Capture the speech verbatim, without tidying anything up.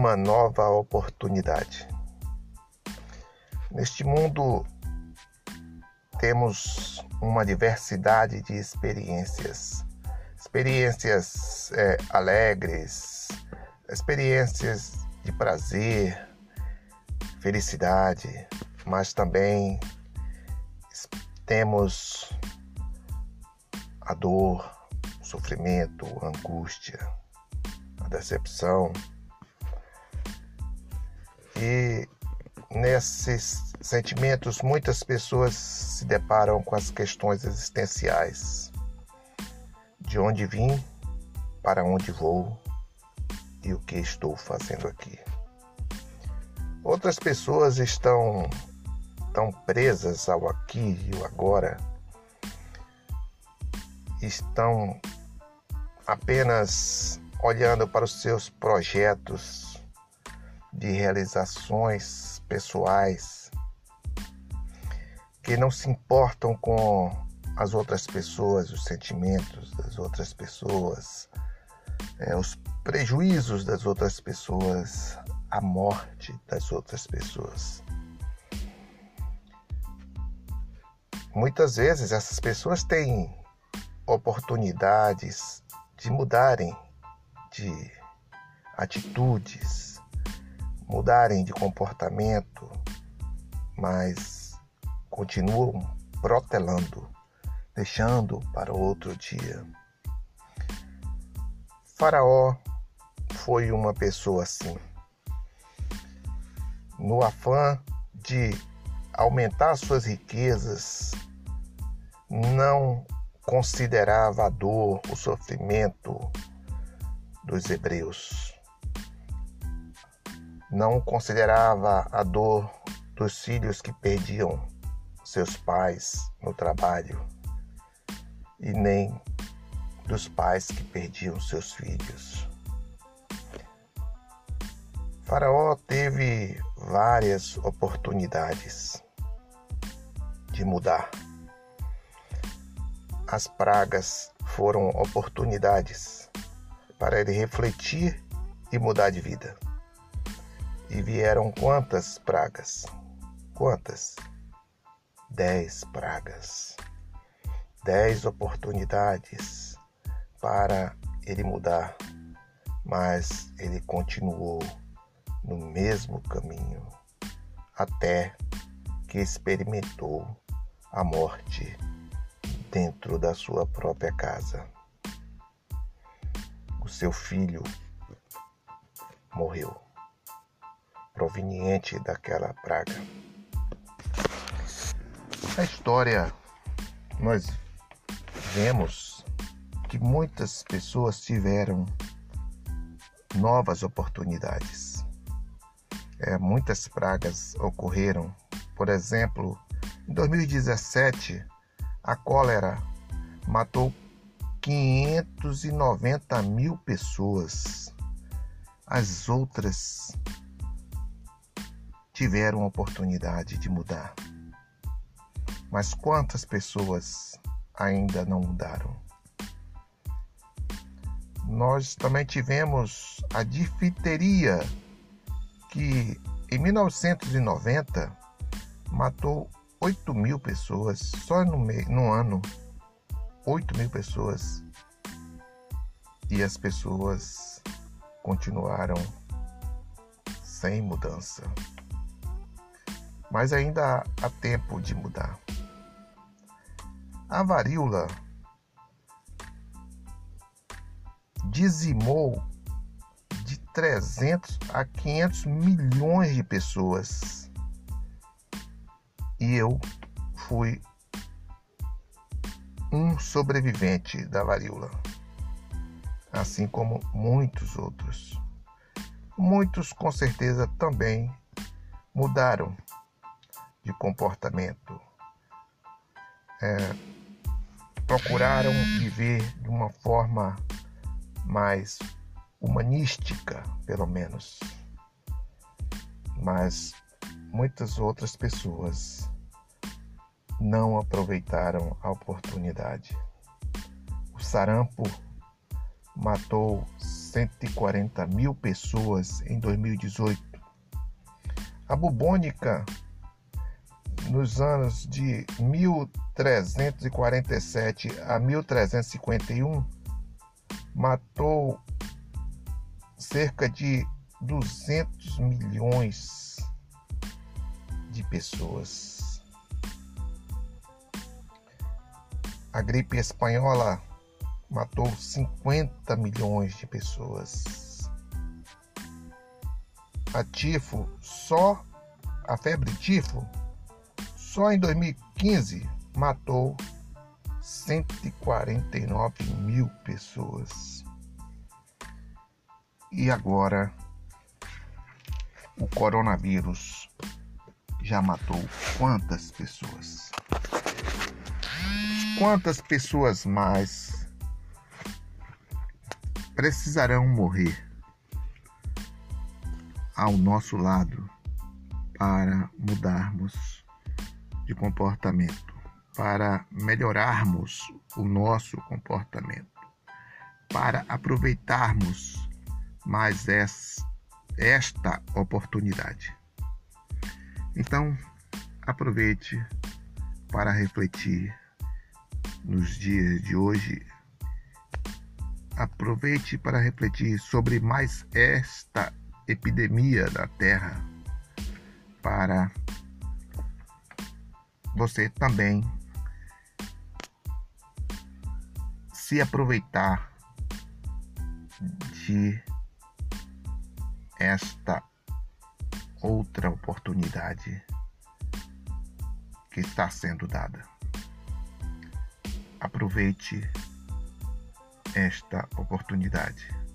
uma nova oportunidade. Neste mundo temos uma diversidade de experiências, experiências é, alegres, experiências de prazer, felicidade, mas também temos a dor, o sofrimento, a angústia, a decepção. E nesses sentimentos, muitas pessoas se deparam com as questões existenciais. De onde vim, para onde vou e o que estou fazendo aqui. Outras pessoas estão tão presas ao aqui e ao agora, estão apenas olhando para os seus projetos de realizações pessoais, que não se importam com as outras pessoas, os sentimentos das outras pessoas, é, os prejuízos das outras pessoas, a morte das outras pessoas. Muitas vezes essas pessoas têm oportunidades de mudarem de atitudes, mudarem de comportamento, mas continuam protelando, deixando para outro dia. Faraó foi uma pessoa assim. No afã de aumentar suas riquezas, não considerava a dor, o sofrimento dos hebreus. Não considerava a dor dos filhos que perdiam seus pais no trabalho e nem dos pais que perdiam seus filhos. Faraó teve várias oportunidades de mudar. As pragas foram oportunidades para ele refletir e mudar de vida. E vieram quantas pragas? Quantas? Dez pragas. Dez oportunidades para ele mudar. Mas ele continuou no mesmo caminho até que experimentou a morte dentro da sua própria casa. O seu filho morreu, proveniente daquela praga. Na história, nós vemos que muitas pessoas tiveram novas oportunidades. É, muitas pragas ocorreram. Por exemplo, em dois mil e dezessete, a cólera matou quinhentos e noventa mil pessoas. As outras tiveram a oportunidade de mudar. Mas quantas pessoas ainda não mudaram? Nós também tivemos a difteria, que em mil novecentos e noventa matou oito mil pessoas, só no, meio, no ano, oito mil pessoas. E as pessoas continuaram sem mudança. Mas ainda há tempo de mudar. A varíola dizimou de trezentos a quinhentos milhões de pessoas. E eu fui um sobrevivente da varíola, assim como muitos outros. Muitos, com certeza, também mudaram de comportamento. É, procuraram viver de uma forma mais humanística, pelo menos. Mas muitas outras pessoas não aproveitaram a oportunidade. O sarampo matou cento e quarenta mil pessoas em dois mil e dezoito. A bubônica, nos anos de mil trezentos e quarenta e sete a mil trezentos e cinquenta e um, matou cerca de duzentos milhões de pessoas. A gripe espanhola matou cinquenta milhões de pessoas. A tifo, só a febre tifo, só em dois mil e quinze matou cento e quarenta e nove mil pessoas. E agora o coronavírus já matou quantas pessoas? Quantas pessoas mais precisarão morrer ao nosso lado para mudarmos de comportamento, para melhorarmos o nosso comportamento, para aproveitarmos mais esta oportunidade? Então, aproveite para refletir nos dias de hoje. Aproveite para refletir sobre mais esta epidemia da Terra, para você também se aproveitar de esta outra oportunidade que está sendo dada. Aproveite esta oportunidade.